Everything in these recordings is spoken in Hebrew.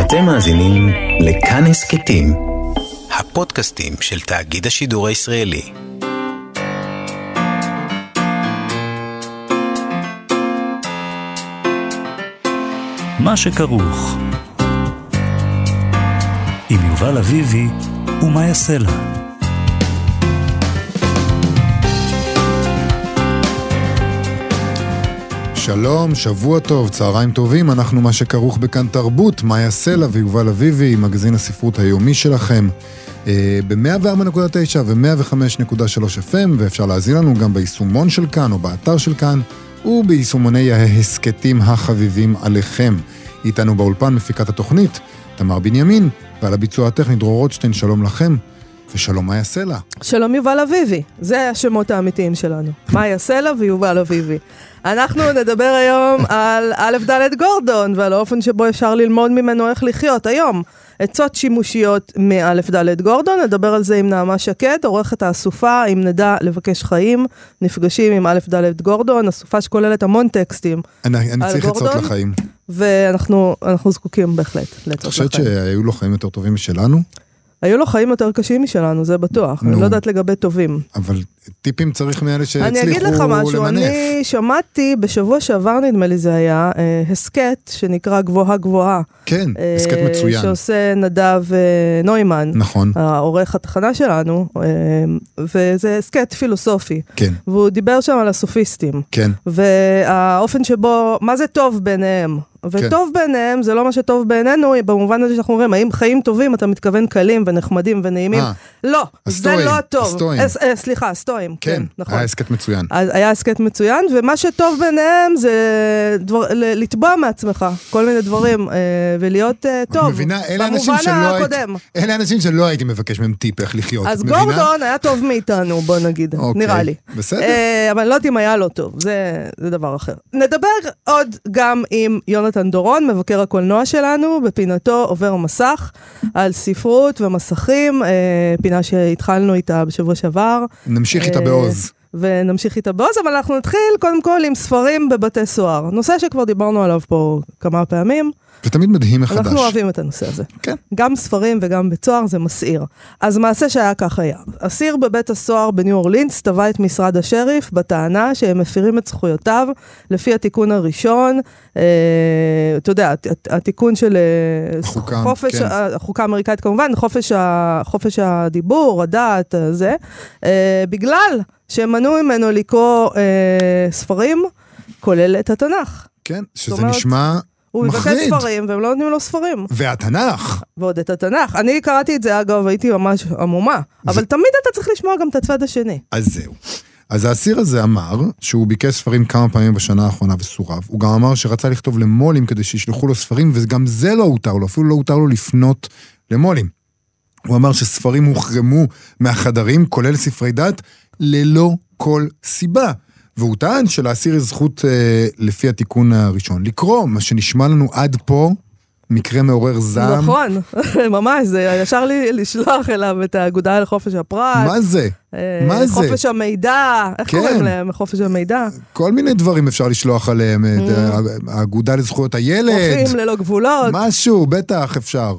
אתם מאזינים לכאן הסכתים, הפודקאסטים של תאגיד השידור הישראלי. מה שכרוך עם יובל אביבי ומה יעשה לה. שלום, שבוע טוב, צהריים טובים, אנחנו מה שכרוך בכאן תרבות, מה יעשה לה ויובל אביבי, מגזין הספרות היומי שלכם, ב-104.9 ו-105.3 FM, ואפשר להזין לנו גם ביישומון של כאן או באתר של כאן, וביישומוני ההסכתים החביבים עליכם. איתנו באולפן מפיקת התוכנית, תמר בנימין, ועל הביצוע הטכני דרור רוטשטיין, שלום לכם, ושלום מה יעשה לה. שלום יובל אביבי, זה השמות האמיתיים שלנו, מה יעשה לה ויובל אביבי. אנחנו נדבר היום על א' ד' גורדון, ועל האופן שבו אפשר ללמוד ממנו איך לחיות היום. עצות שימושיות מא' ד' גורדון, נדבר על זה עם נעמה שקד, עורכת האסופה, אם נדע לבקש חיים, נפגשים עם א' ד' גורדון, אסופה שכוללת המון טקסטים. אני צריך עצות לחיים. ואנחנו זקוקים בהחלט לעצות לחיים. אתה חושבת שהיו לו חיים יותר טובים משלנו? היו לו חיים יותר קשים משלנו, זה בטוח. אני לא יודעת לגבי טובים. אבל טיפים צריך מאלה שהצליחו למנף. אני אגיד לך משהו, אני שמעתי בשבוע שעבר, נדמה לי זה היה, הסקט שנקרא גבוהה גבוהה. כן, הסקט מצוין. שעושה נדב נוימן. נכון. העורך התחנה שלנו, וזה הסקט פילוסופי. כן. והוא דיבר שם על הסופיסטים. כן. והאופן שבו, מה זה טוב ביניהם? וטוב ביניהם זה לא מה שטוב בעינינו, במובן הזה שאנחנו אומרים, האם חיים טובים אתה מתכוון קלים ונחמדים ונעימים? לא, זה לא טוב. סליחה, סטואים. כן, היה הסקט מצוין. היה הסקט מצוין, ומה שטוב ביניהם זה לטבוע מעצמך, כל מיני דברים, ולהיות טוב. מבינה, אלה אנשים שלא הייתי מבקש מהם טיפ איך לחיות. אז גורדון היה טוב מאיתנו, בוא נגיד, נראה לי. בסדר. אבל לא יודעת אם היה לא טוב, זה דבר אחר. נדבר עוד גם עם יונתן דורון, מבקר הקולנוע שלנו, בפינתו עובר מסך, על ספרות ומסכים, פינה שהתחלנו איתה בשבוע שעבר. נמשיך איתה בעוז. ונמשיך איתה בעוז, אבל אנחנו נתחיל קודם כל עם ספרים בבתי סוהר. נושא שכבר דיברנו עליו פה כמה פעמים. ותמיד מדהים מחדש. אנחנו אוהבים את הנושא הזה. כן. גם ספרים וגם בית סוהר זה מסעיר. אז מעשה שהיה כך היה. אסיר בבית הסוהר בניו אורלינס תבע את משרד השריף בטענה שהם מפירים את זכויותיו לפי התיקון הראשון, אתה יודע, התיקון של חופש, כן. החוקה האמריקאית כמובן, חופש הדיבור, הדעת, זה, בגלל שהם מנעו ממנו לקרוא ספרים, כולל את התנ"ך. כן, שזה נשמע הוא מבקש ספרים, והם לא נותנים לו ספרים. והתנ"ך. ועוד את התנ"ך. אני קראתי את זה, אגב, הייתי ממש עמומה. אבל תמיד אתה צריך לשמוע גם את הצד השני. אז זהו. אז האסיר הזה אמר שהוא ביקש ספרים כמה פעמים בשנה האחרונה וסורב. הוא גם אמר שרצה לכתוב למולים כדי שישלחו לו ספרים, וגם זה לא הותר לו, אפילו לא הותר לו לפנות למולים. הוא אמר שספרים הוחרמו מהחדרים, כולל ספרי דת, ללא כל סיבה. והוא טען שלאסיר יש זכות לפי התיקון הראשון לקרוא, מה שנשמע לנו עד פה מקרה מעורר זעם. נכון, ממש, זה ישר לי לשלוח אליו את האגודה לחופש הפרט. מה זה? מה זה? חופש המידע, איך קוראים להם? חופש המידע? כל מיני דברים אפשר לשלוח עליהם, האגודה לזכויות הילד. רופאים ללא גבולות. משהו, בטח אפשר.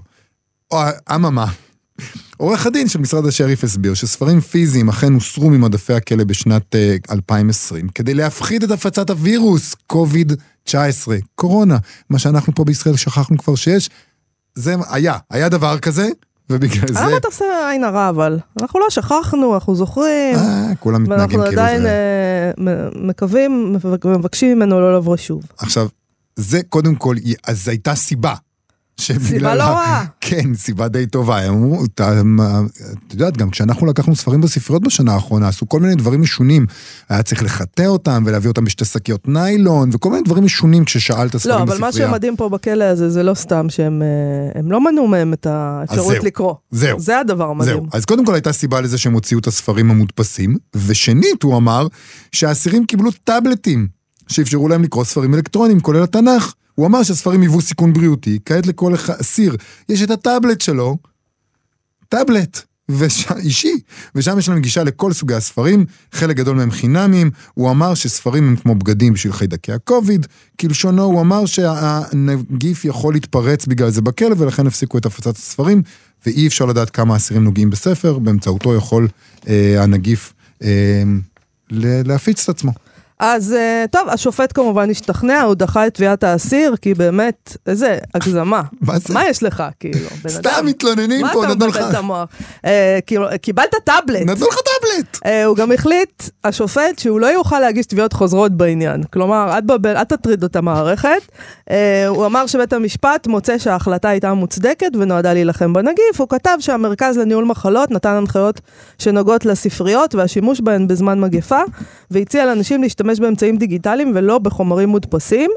אממה. עורך הדין של משרד השריף הסביר שספרים פיזיים אכן הוסרו ממדפי הכלא בשנת 2020, כדי להפחית את הפצת הווירוס, COVID-19, קורונה, מה שאנחנו פה בישראל שכחנו כבר שיש, זה היה דבר כזה, ובגלל זה... למה אתה עושה עין הרע אבל? אנחנו לא שכחנו, אנחנו זוכרים, כולם מתנהגים כאילו זה... ואנחנו עדיין מקווים ומבקשים ממנו לא לבוא שוב. עכשיו, זה קודם כל, אז הייתה סיבה, סיבה לא רעה. כן, סיבה די טובה. אתה יודעת, גם כשאנחנו לקחנו ספרים בספריות בשנה האחרונה, עשו כל מיני דברים משונים. היה צריך לחטא אותם ולהביא אותם בשתי שקיות ניילון, וכל מיני דברים משונים כששאלת ספרים בספרייה. לא, אבל מה שמדהים פה בכלא הזה, זה לא סתם שהם לא מנעו מהם את האפשרות לקרוא. זהו. זה הדבר המדהים. זהו. אז קודם כל הייתה סיבה לזה שהם הוציאו את הספרים המודפסים, ושנית הוא אמר שהאסירים קיבלו טאבלטים, שאפשרו להם לקרוא ספרים אלקטרוניים, כולל התנ"ך. הוא אמר שהספרים היוו סיכון בריאותי, כעת לכל אסיר יש את הטאבלט שלו, טאבלט, אישי, ושם יש לנו גישה לכל סוגי הספרים, חלק גדול מהם חינמים, הוא אמר שספרים הם כמו בגדים בשביל חיידקי הקוביד, כלשונו הוא אמר שהנגיף יכול להתפרץ בגלל זה בכלא, ולכן הפסיקו את הפצת הספרים, ואי אפשר לדעת כמה אסירים נוגעים בספר, באמצעותו יכול הנגיף להפיץ את עצמו. אז טוב, השופט כמובן השתכנע, הוא דחה את תביעת האסיר, כי באמת, איזה הגזמה. מה יש לך, כאילו? סתם מתלוננים פה, נתנו לך. מה אתה מבלבל את המוח? קיבלת טאבלט. נתנו לך טאבלט. הוא גם החליט, השופט, שהוא לא יוכל להגיש תביעות חוזרות בעניין. כלומר, אל תטריד את המערכת. הוא אמר שבית המשפט מוצא שההחלטה הייתה מוצדקת, ונועדה להילחם בנגיף. הוא כתב שהמרכז לניהול מחלות נתן הנחיות שנוגעות לספריות, והשימוש בהן בזמן מגפה, והציע לאנשים להשתמש באמצעים דיגיטליים ולא בחומרים מודפסים,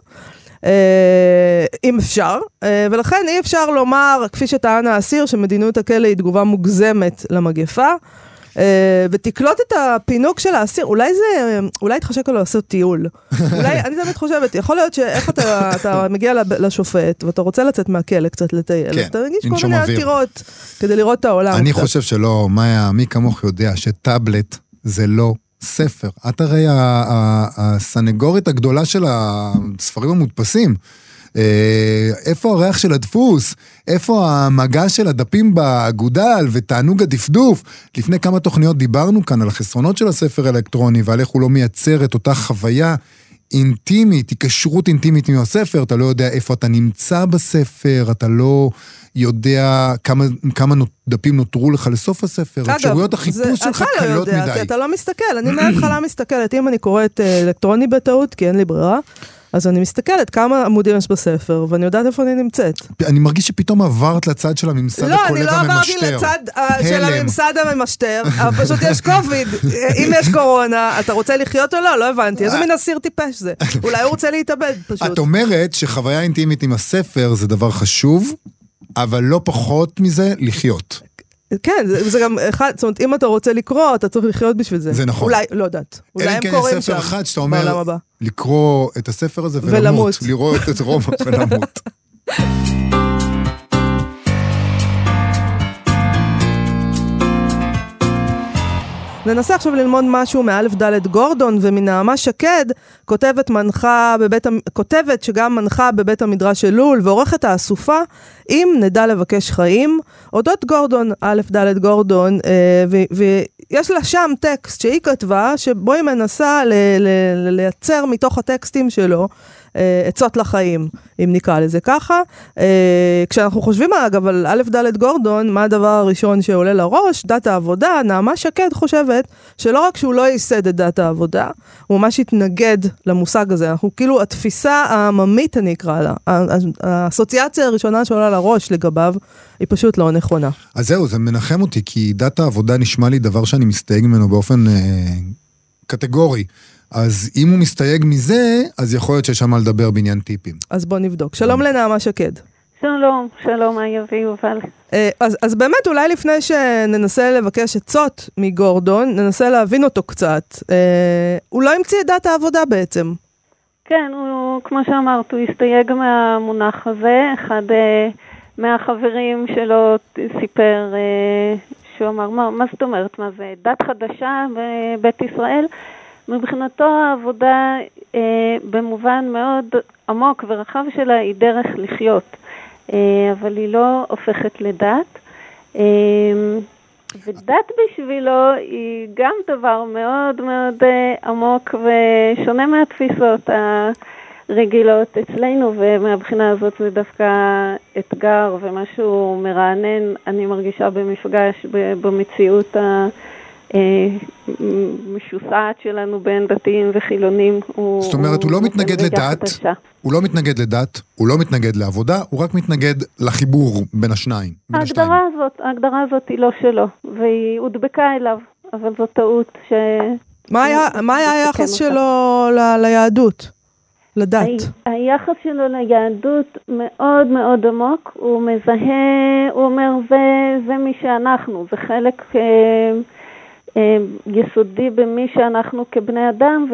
אם אפשר, ולכן אי אפשר לומר, כפי שטען האסיר, שמדיניות הכלא היא תגובה מוגזמת למגפה, ותקלוט את הפינוק של האסיר, אולי תחשק לו לעשות טיול. אני תמיד חושבת, יכול להיות שאיך אתה מגיע לשופט, ואתה רוצה לצאת מהכלא קצת לטייל, אז אתה מגיש כל מיני עתירות, כדי לראות את העולם. אני חושב שלא, מי כמוך יודע שטאבלט זה לא ספר. את הרי הסנגורית הגדולה של הספרים המודפסים. איפה הריח של הדפוס? איפה המגע של הדפים באגודל ותענוג הדפדוף? לפני כמה תוכניות דיברנו כאן על החסרונות של הספר האלקטרוני, ועל איך הוא לא מייצר את אותה חוויה אינטימית, היקשרות אינטימית עם הספר, אתה לא יודע איפה אתה נמצא בספר, אתה לא יודע כמה דפים נותרו לך לסוף הספר, אפשרויות החיפוש שלך קלות מדי. כי אתה לא מסתכל, אני מההתחלה מסתכלת, אם אני קוראת אלקטרוני בטעות, כי אין לי ברירה, אז אני מסתכלת כמה עמודים יש בספר, ואני יודעת איפה אני נמצאת. אני מרגיש שפתאום עברת לצד של הממסד הקולב הממשטר. לא, אני לא עברתי לצד של הממסד הממשטר, אבל פשוט יש קוביד. אם יש קורונה, אתה רוצה לחיות או לא? לא הבנתי. איזה מין אסיר טיפש זה. אולי הוא רוצה להתאבד פשוט. את אומרת שחוויה אינטימית עם הספר זה דבר חשוב, אבל לא פחות מזה לחיות. כן, זה גם אחד, זאת אומרת, אם אתה רוצה לקרוא, אתה צריך לחיות בשביל זה. זה נכון. אולי, לא יודעת. אולי הם קוראים שם. ספר אחד שאתה אומר, לקרוא את הספר הזה ולמות. לראות את רומא ולמות. ננסה עכשיו ללמוד משהו מאלף ד' גורדון, ומנעמה שקד, כותבת שגם מנחה בבית המדרש של לול, ועורכת האסופה, אם נדע לבקש חיים. אודות גורדון, אלף ד' גורדון, ויש לה שם טקסט שהיא כתבה, שבו היא מנסה לייצר מתוך הטקסטים שלו, עצות לחיים, אם נקרא לזה ככה. כשאנחנו חושבים אגב על א' ד' גורדון, מה הדבר הראשון שעולה לראש? דת העבודה. נעמה שקד חושבת שלא רק שהוא לא ייסד את דת העבודה, הוא ממש התנגד למושג הזה. אנחנו כאילו, התפיסה העממית אני אקרא לה, האסוציאציה הראשונה שעולה לראש לגביו, היא פשוט לא נכונה. אז זהו, זה מנחם אותי, כי דת העבודה נשמע לי דבר שאני מסתייג ממנו באופן קטגורי. אז אם הוא מסתייג מזה, אז יכול להיות שיש שם לדבר בעניין טיפים. אז בוא נבדוק. שלום לנעמה שקד. שלום, איה ויובל. אז באמת אולי לפני שננסה לבקש עצות מגורדון, ננסה להבין אותו קצת. הוא לא המציא את דת העבודה בעצם. כן, כמו שאמרת, הוא הסתייג מהמונח הזה. אחד מהחברים שלו סיפר שהוא אמר, מה זאת אומרת? מה זה דת חדשה בבית ישראל? מבחינתו העבודה במובן מאוד עמוק ורחב שלה היא דרך לחיות, אבל היא לא הופכת לדת. ודת בשבילו היא גם דבר מאוד מאוד עמוק ושונה מהתפיסות הרגילות אצלנו, ומהבחינה הזאת זה דווקא אתגר ומשהו מרענן, אני מרגישה במפגש במציאות משוסעת שלנו בין דתיים וחילונים. זאת אומרת, הוא לא מתנגד לדת, הוא לא מתנגד לדת, הוא לא מתנגד לעבודה, הוא רק מתנגד לחיבור בין השניים. ההגדרה הזאת היא לא שלו, והיא הודבקה אליו, אבל זו טעות ש... מה היה היחס שלו ליהדות? לדת? היחס שלו ליהדות מאוד מאוד עמוק, הוא מזהה, הוא אומר, זה מי שאנחנו, זה חלק יסודי במי שאנחנו כבני אדם,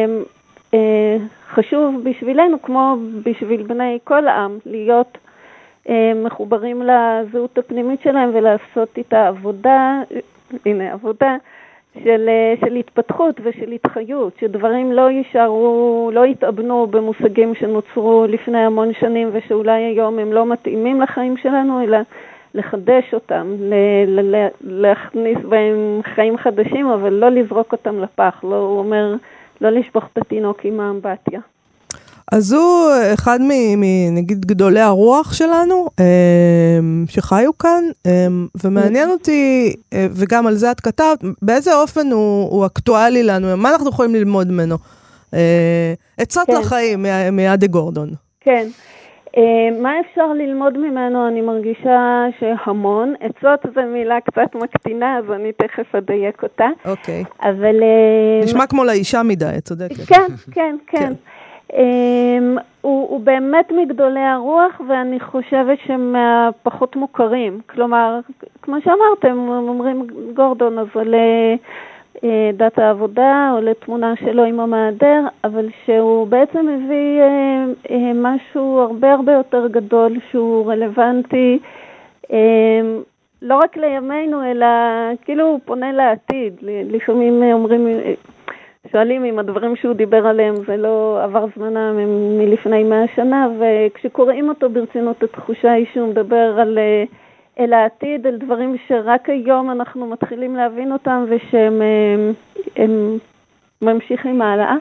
ושחשוב בשבילנו, כמו בשביל בני כל העם, להיות מחוברים לזהות הפנימית שלהם ולעשות איתה עבודה, הנה עבודה, של התפתחות ושל התחיות, שדברים לא יישארו, לא יתאבנו במושגים שנוצרו לפני המון שנים ושאולי היום הם לא מתאימים לחיים שלנו, אלא לחדש אותם, להכניס בהם חיים חדשים, אבל לא לזרוק אותם לפח, הוא אומר לא לשפוך את התינוק עם האמבטיה. אז הוא אחד נגיד גדולי הרוח שלנו, שחיו כאן, ומעניין אותי, וגם על זה את כתבת, באיזה אופן הוא אקטואלי לנו, מה אנחנו יכולים ללמוד ממנו? עצות לחיים מיאדי גורדון. כן. מה אפשר ללמוד ממנו? אני מרגישה שהמון. עצות זו מילה קצת מקטינה, אז אני תכף אדייק אותה. אוקיי. אבל... נשמע כמו לאישה מדי, צודקת. כן. הוא באמת מגדולי הרוח, ואני חושבת שמהפחות מוכרים. כלומר, כמו שאמרתם, אומרים גורדון, אז דת העבודה, או לתמונה שלו עם המעדר, אבל שהוא בעצם מביא משהו הרבה הרבה יותר גדול, שהוא רלוונטי, לא רק לימינו, אלא כאילו הוא פונה לעתיד. לפעמים אומרים... שואלים אם הדברים שהוא דיבר עליהם זה לא עבר זמנם מלפני 100 שנה, וכשקוראים אותו ברצינות התחושה היא שהוא מדבר אל העתיד, על דברים שרק היום אנחנו מתחילים להבין אותם ושהם ממשיכים הלאה.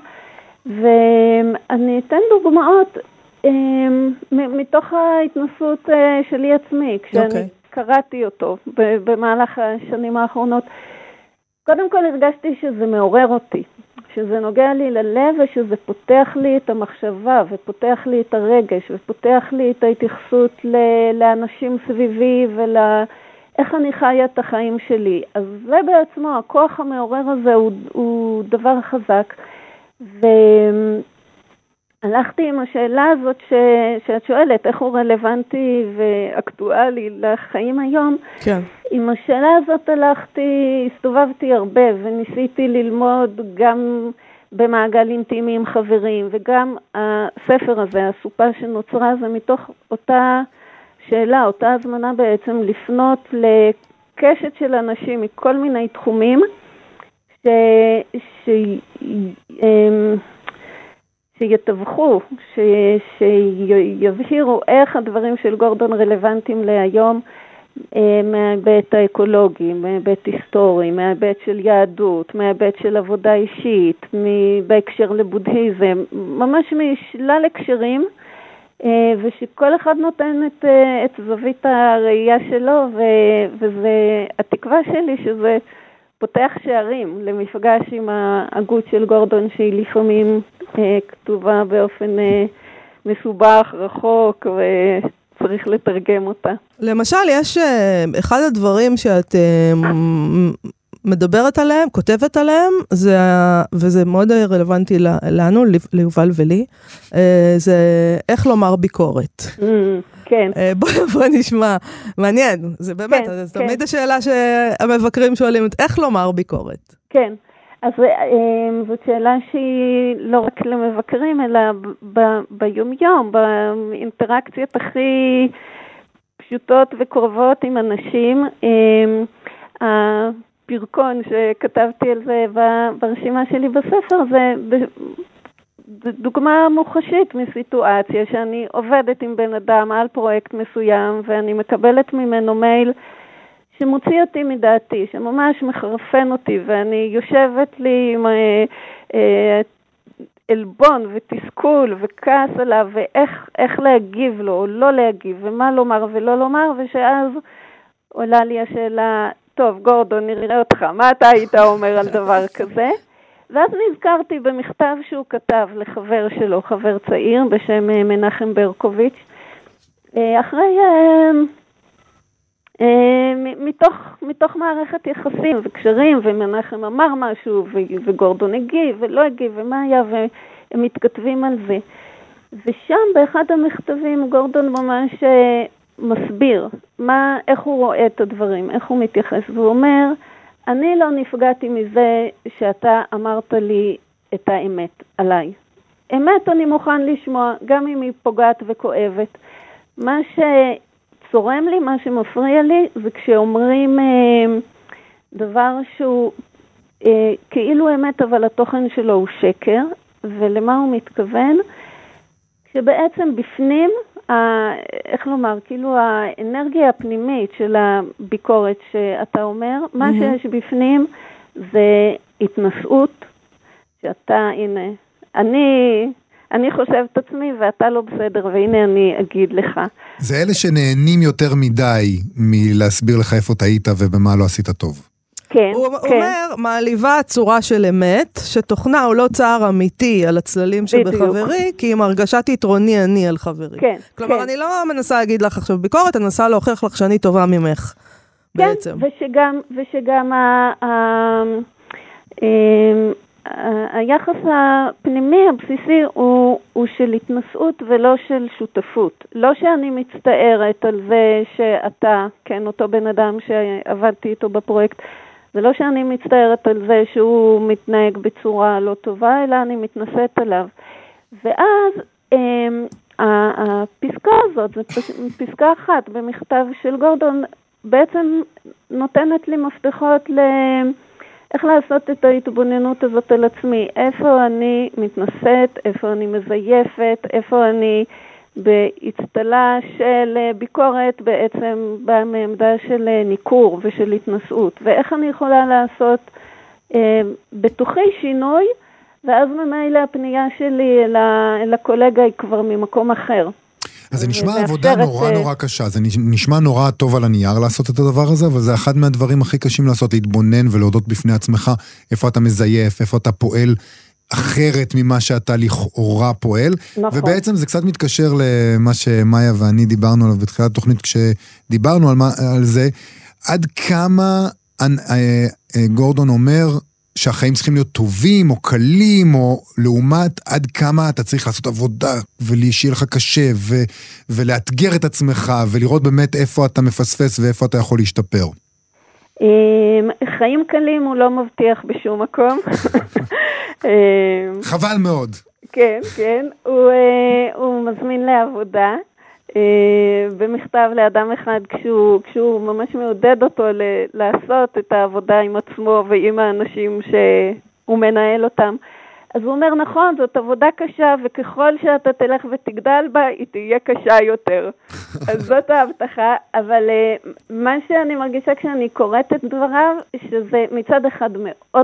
ואני אתן דוגמאות מתוך ההתנסות שלי עצמי, כשאני קראתי אותו במהלך השנים האחרונות. קודם כל הרגשתי שזה מעורר אותי, שזה נוגע לי ללב ושזה פותח לי את המחשבה ופותח לי את הרגש ופותח לי את ההתייחסות לאנשים סביבי איך אני חיה את החיים שלי. אז זה בעצמו, הכוח המעורר הזה הוא דבר חזק. והלכתי עם השאלה הזאת שאת שואלת, איך הוא רלוונטי ואקטואלי לחיים היום. כן. עם השאלה הזאת הסתובבתי הרבה וניסיתי ללמוד גם במעגל אינטימי עם חברים, וגם הספר הזה, הסופה שנוצרה, זה מתוך אותה שאלה, אותה הזמנה בעצם לפנות לקשת של אנשים מכל מיני תחומים, שיתווכו, שיבהירו איך הדברים של גורדון רלוונטיים להיום, מההיבט האקולוגי, מההיבט היסטורי, מההיבט של יהדות, מההיבט של עבודה אישית, בהקשר לבודהיזם, ממש משלל הקשרים, ושכל אחד נותן את זווית הראייה שלו, וזה התקווה שלי שזה פותח שערים למפגש עם ההגות של גורדון, שהיא לפעמים כתובה באופן מסובך, רחוק, צריך לתרגם אותה. למשל, יש אחד הדברים שאת מדברת עליהם, כותבת עליהם, וזה מאוד רלוונטי לנו, ליובל ולי, זה איך לומר ביקורת. כן. בוא נשמע, מעניין, זה באמת, זה תמיד השאלה שהמבקרים שואלים, איך לומר ביקורת? כן. אז זאת שאלה שהיא לא רק למבקרים, אלא ביום-יום, באינטראקציות הכי פשוטות וקרובות עם אנשים. הפרקון שכתבתי על זה ברשימה שלי בספר, זה דוגמה מוחשית מסיטואציה שאני עובדת עם בן אדם על פרויקט מסוים, ואני מקבלת ממנו מייל שמוציא אותי מדעתי, שממש מחרפן אותי, ואני יושבת לי עם אלבון ותסכול וכעס עליו, ואיך להגיב לו או לא להגיב, ומה לומר ולא לומר, ושאז עולה לי השאלה, טוב גורדון, נראה אותך, מה אתה היית אומר על דבר כזה? ואז נזכרתי במכתב שהוא כתב לחבר שלו, חבר צעיר בשם מנחם ברקוביץ', אחרי... מתוך מערכת יחסים וקשרים, ומנחם אמר משהו, וגורדון הגיב ולא הגיב, ומה היה, והם מתכתבים על זה. ושם באחד המכתבים גורדון ממש מסביר איך הוא רואה את הדברים, איך הוא מתייחס, והוא אומר, אני לא נפגעתי מזה שאתה אמרת לי את האמת עליי. אמת אני מוכן לשמוע, גם אם היא פוגעת וכואבת. מה צורם לי, מה שמפריע לי, זה כשאומרים דבר שהוא כאילו אמת, אבל התוכן שלו הוא שקר, ולמה הוא מתכוון? שבעצם בפנים, איך לומר, כאילו האנרגיה הפנימית של הביקורת שאתה אומר, מה שיש בפנים זה התנסות, שאתה, הנה, אני חושב את עצמי ואתה לא בסדר, והנה אני אגיד לך. זה אלה שנהנים יותר מדי מלהסביר לך איפה טעית ובמה לא עשית טוב. כן, הוא אומר, מעליבה צורה של אמת, שתוכנה הוא לא צער אמיתי על הצללים שבחברי, כי עם הרגשת יתרוני אני על חברי. כן, כלומר, אני לא מנסה להגיד לך עכשיו ביקורת, אני מנסה להוכיח לך שאני טובה ממך, בעצם. ושגם היחס הפנימי הבסיסי הוא של התנסות ולא של שותפות. לא שאני מצטערת על זה שאתה, כן, אותו בן אדם שעבדתי איתו בפרויקט, זה לא שאני מצטערת על זה שהוא מתנהג בצורה לא טובה, אלא אני מתנסית עליו. ואז הפסקה הזאת, זו פסקה אחת במכתב של גורדון, בעצם נותנת לי מפתחות איך לעשות את ההתבוננות הזאת על עצמי, איפה אני מתנסית, איפה אני מזייפת, איפה אני בהצטלה של ביקורת, בעצם בעמדה של ניכור ושל התנסות, ואיך אני יכולה לעשות בתוכי שינוי, ואז ממילא הפנייה שלי אל הקולגה היא כבר ממקום אחר. אז זה נשמע עבודה נורא קשה, זה נשמע נורא טוב על הנייר לעשות את הדבר הזה, אבל זה אחד מהדברים הכי קשים לעשות, להתבונן ולהודות בפני עצמך, איפה אתה מזייף, איפה אתה פועל אחרת ממה שאתה לכאורה פועל, נכון. ובעצם זה קצת מתקשר למה שמאיה ואני דיברנו עליו בתחילת התוכנית, כשדיברנו על זה, עד כמה גורדון אומר שהחיים צריכים להיות טובים או קלים, או לעומת עד כמה אתה צריך לעשות עבודה ולהישאר לך קשה ולאתגר את עצמך ולראות באמת איפה אתה מפספס ואיפה אתה יכול להשתפר. חיים קלים הוא לא מבטיח בשום מקום. חבל מאוד. כן, כן. הוא מזמין לעבודה. במכתב לאדם אחד כשהוא ממש מעודד אותו לעשות את העבודה עם עצמו ועם האנשים שהוא מנהל אותם. אז הוא אומר, נכון, זאת עבודה קשה, וככל שאתה תלך ותגדל בה, היא תהיה קשה יותר. אז זאת ההבטחה, אבל מה שאני מרגישה כשאני קוראת את דבריו, שזה מצד אחד מאוד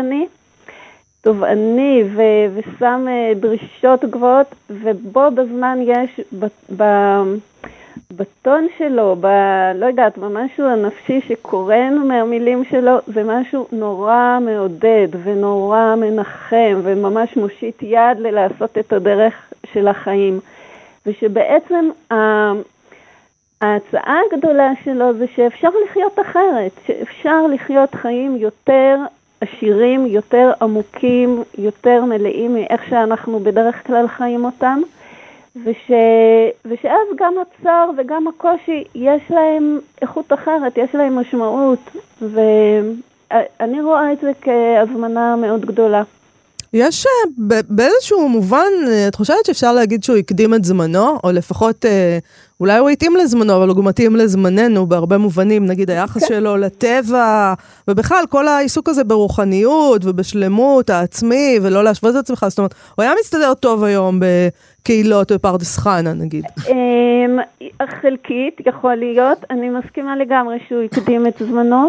תובעני ושם דרישות גבוהות, ובו בזמן יש בטון שלו, לא יודעת, במשהו הנפשי שקורן מהמילים שלו, זה משהו נורא מעודד ונורא מנחם וממש מושיט יד לעשות את הדרך של החיים. ושבעצם ההצעה הגדולה שלו זה שאפשר לחיות אחרת, שאפשר לחיות חיים יותר עשירים, יותר עמוקים, יותר מלאים מאיך שאנחנו בדרך כלל חיים אותם, ושאז גם הצער וגם הקושי יש להם איכות אחרת, יש להם משמעות, ואני רואה את זה כהזמנה מאוד גדולה. יש באיזשהו מובן, את חושבת שאפשר להגיד שהוא הקדים את זמנו, או לפחות אולי הוא התאים לזמנו, אבל הוא גם מתאים לזמננו בהרבה מובנים, נגיד היחס שלו לטבע, ובכלל כל העיסוק הזה ברוחניות ובשלמות העצמי, ולא להשוות את עצמך, זאת אומרת, הוא היה מסתדר טוב היום בקהילות בפרדס חנה, נגיד. חלקית יכול להיות, אני מסכימה לגמרי שהוא הקדים את זמנו,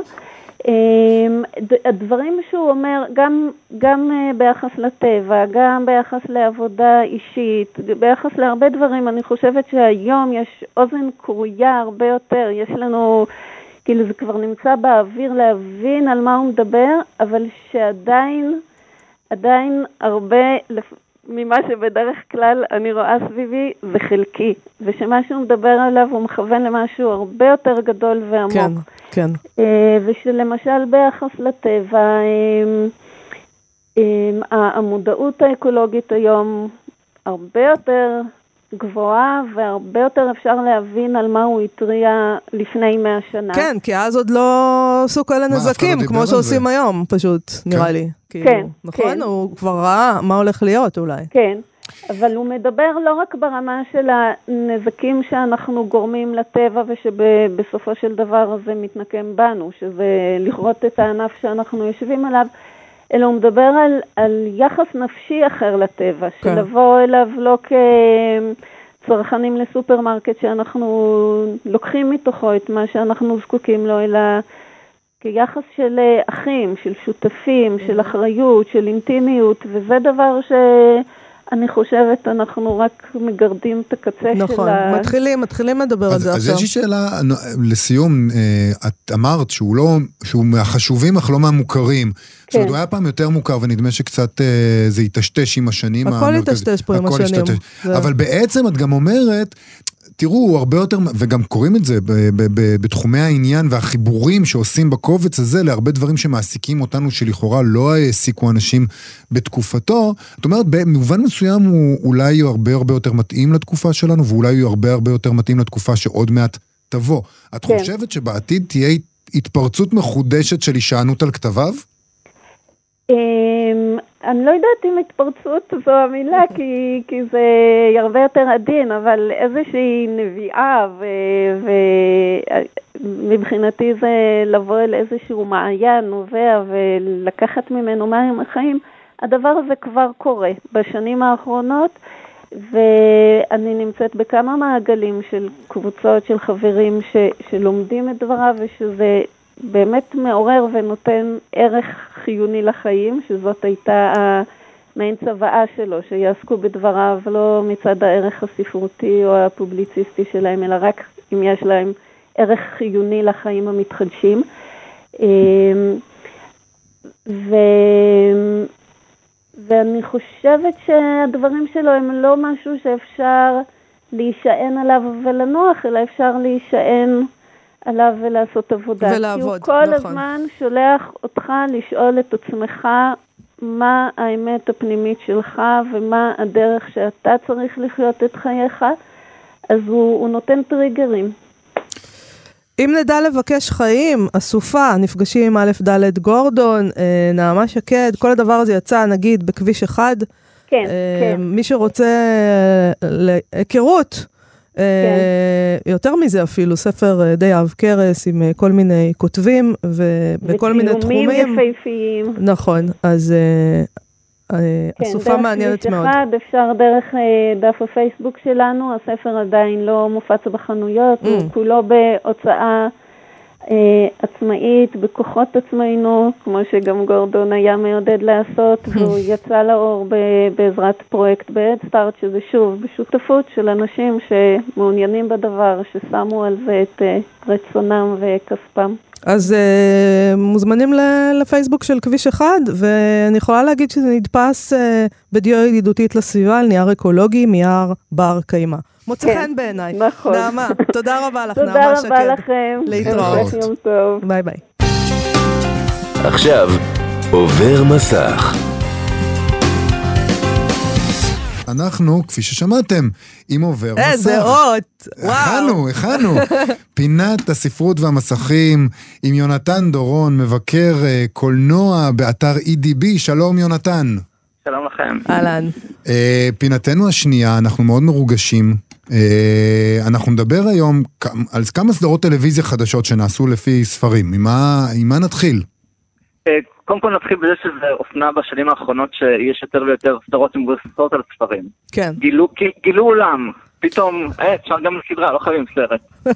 הדברים שהוא אומר, גם ביחס לטבע, גם ביחס לעבודה אישית, ביחס להרבה דברים, אני חושבת שהיום יש אוזן קרויה הרבה יותר, יש לנו, כאילו זה כבר נמצא באוויר להבין על מה הוא מדבר, אבל שעדיין הרבה ממה שבדרך כלל אני רואה סביבי זה חלקי, ושמה שהוא מדבר עליו הוא מכוון למשהו הרבה יותר גדול ועמוק. כן, כן. ושלמשל ביחס לטבע, המודעות האקולוגית היום הרבה יותר גבוהה, והרבה יותר אפשר להבין על מה הוא התריע לפני 100 שנה. כן, כי אז עוד לא עשו כאלה נזקים, כמו שעושים היום, פשוט, נראה לי. כן, נכון? הוא כבר ראה מה הולך להיות אולי. כן. אבל הוא מדבר לא רק ברמה של הנזקים שאנחנו גורמים לטבע ושבסופו של דבר זה מתנקם בנו, שזה לכרות את הענף שאנחנו יושבים עליו, אלא הוא מדבר על יחס נפשי אחר לטבע, כן. שלבוא אליו לא כצרכנים לסופרמרקט שאנחנו לוקחים מתוכו את מה שאנחנו זקוקים לו, אלא כיחס של אחים, של שותפים, של אחריות, של אינטימיות, וזה דבר שאני חושבת אנחנו רק מגרדים את הקצה של נכון, מתחילים לדבר על זה עכשיו. אז יש לי שאלה לסיום, את אמרת שהוא מהחשובים אך לא מהמוכרים. זאת אומרת, הוא היה פעם יותר מוכר, ונדמה שקצת זה יתשתש עם השנים. הכל יתשתש פה עם השנים. אבל בעצם את גם אומרת, תראו, הוא הרבה יותר, וגם קוראים את זה בתחומי העניין והחיבורים שעושים בקובץ הזה, להרבה דברים שמעסיקים אותנו שלכאורה לא העסיקו אנשים בתקופתו. זאת אומרת, במובן מסוים הוא אולי הרבה יותר מתאים לתקופה שלנו, ואולי הוא הרבה יותר מתאים לתקופה שעוד מעט תבוא. את חושבת שבעתיד תהיה התפרצות מחודשת של הישענות על כתביו? אני לא יודעת אם התפרצות זו המילה, כי זה הרבה יותר עדין, אבל איזושהי נביאה, ומבחינתי זה לבוא אל איזשהו מעיין נובע ולקחת ממנו מים החיים. הדבר הזה כבר קורה בשנים האחרונות, ואני נמצאת בכמה מעגלים של קבוצות של חברים שלומדים את דבריו, ושזה באמת מעורר ונותן ערך חיוני לחיים, שזאת הייתה המעין צוואה שלו, שיעסקו בדבריו לא מצד הערך הספרותי או הפובליציסטי שלהם, אלא רק אם יש להם ערך חיוני לחיים המתחדשים. ואני חושבת שהדברים שלו הם לא משהו שאפשר להישען עליו ולנוח, אלא אפשר להישען עליו ולעשות עבודה. ולעבוד, כי הוא כל הזמן שולח אותך לשאול את עצמך מה האמת הפנימית שלך ומה הדרך שאתה צריך לחיות את חייך, אז הוא נותן טריגרים. אם נדע לבקש חיים, אסופה, נפגשים עם א' ד' גורדון, נעמה שקד, כל הדבר הזה יצא נגיד בכביש אחד. כן, כן. מי שרוצה להיכרות, יותר מזה אפילו, ספר די אהב קרס עם כל מיני כותבים ובכל מיני תחומים. ותיאומים יפהפיים. נכון, אז אסופה מעניינת מאוד. דרך כביש אחד, אפשר דרך דף הפייסבוק שלנו, הספר עדיין לא מופץ בחנויות, הוא כולו בהוצאה עצמאית, בכוחות עצמאינו, כמו שגם גורדון היה מעודד לעשות, והוא יצא לאור בעזרת פרויקט בהדסטארט, שזה שוב בשותפות של אנשים שמעוניינים בדבר, ששמו על זה את רצונם וכספם. אז מוזמנים לפייסבוק של כביש אחד, ואני יכולה להגיד שזה נדפס בדיו ידידותית לסביבה, על נייר אקולוגי, מיער בר קיימה. מוצא חן בעיניי. נכון. נעמה, תודה רבה לך, נעמה שקד. תודה רבה לכם. להתראות. יום טוב. ביי ביי. עכשיו, עובר מסך. אנחנו, כפי ששמעתם, עם עובר מסך. איזה אות, וואו. הכנו. פינת הספרות והמסכים עם יונתן דורון, מבקר קולנוע באתר EDB. שלום יונתן. שלום לכם. אהלן. פינתנו השנייה, אנחנו מאוד מרוגשים. אנחנו נדבר היום על כמה סדרות טלוויזיה חדשות שנעשו לפי ספרים. עם מה נתחיל? קודם כל נתחיל בזה שזה אופנה בשנים האחרונות שיש יותר ויותר סדרות שמבוססות על ספרים. כן. גילו עולם. פתאום, אפשר גם לסדרה, לא חייבים סרט.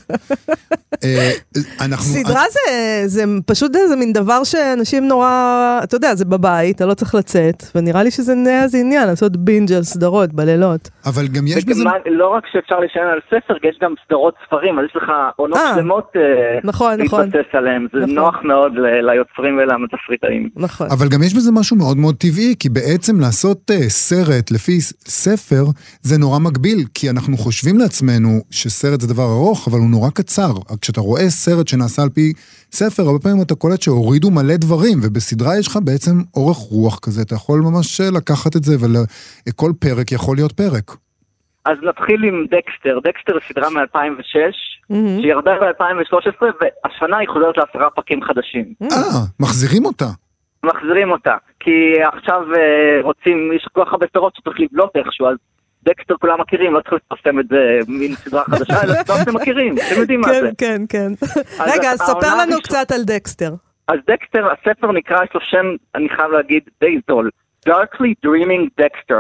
סדרה זה פשוט איזה מין דבר שאנשים נורא, אתה יודע, זה בבית, אתה לא צריך לצאת, ונראה לי שזה נהיה איזה עניין, לעשות בינג' על סדרות בלילות. אבל גם יש בזה... לא רק שאפשר להישען על ספר, יש גם סדרות ספרים, אז יש לך עונות שלמות להתבסס עליהם, זה נוח מאוד ליוצרים ולתסריטאים. נכון. אבל גם יש בזה משהו מאוד מאוד טבעי, כי בעצם לעשות סרט לפי ספר, זה נורא מגביל, כי אנחנו חושבים לעצמנו שסרט זה דבר ארוך, אבל הוא נורא קצר. כשאתה רואה סרט שנעשה על פי ספר, הרבה פעמים אתה קולט שהורידו מלא דברים, ובסדרה יש לך בעצם אורך רוח כזה, אתה יכול ממש לקחת את זה, וכל פרק יכול להיות פרק. אז נתחיל עם דקסטר. דקסטר סדרה מ-2006, שירדה ב-2013, והשנה היא חוזרת ל10 פרקים חדשים. מחזירים אותה. מחזירים אותה, כי עכשיו רוצים, יש כל כך הרבה סדרות שצריך לבלוט איכשהו, אז דקסטר כולם מכירים, לא צריך לפרסם את זה מין סדרה חדשה, אלא סדרה אתם מכירים, אתם יודעים מה זה. כן, כן. רגע, אז ספר לנו קצת על דקסטר. אז דקסטר, הספר נקרא, יש לו שם, אני חייב להגיד, די זול, Darkly Dreaming Dexter.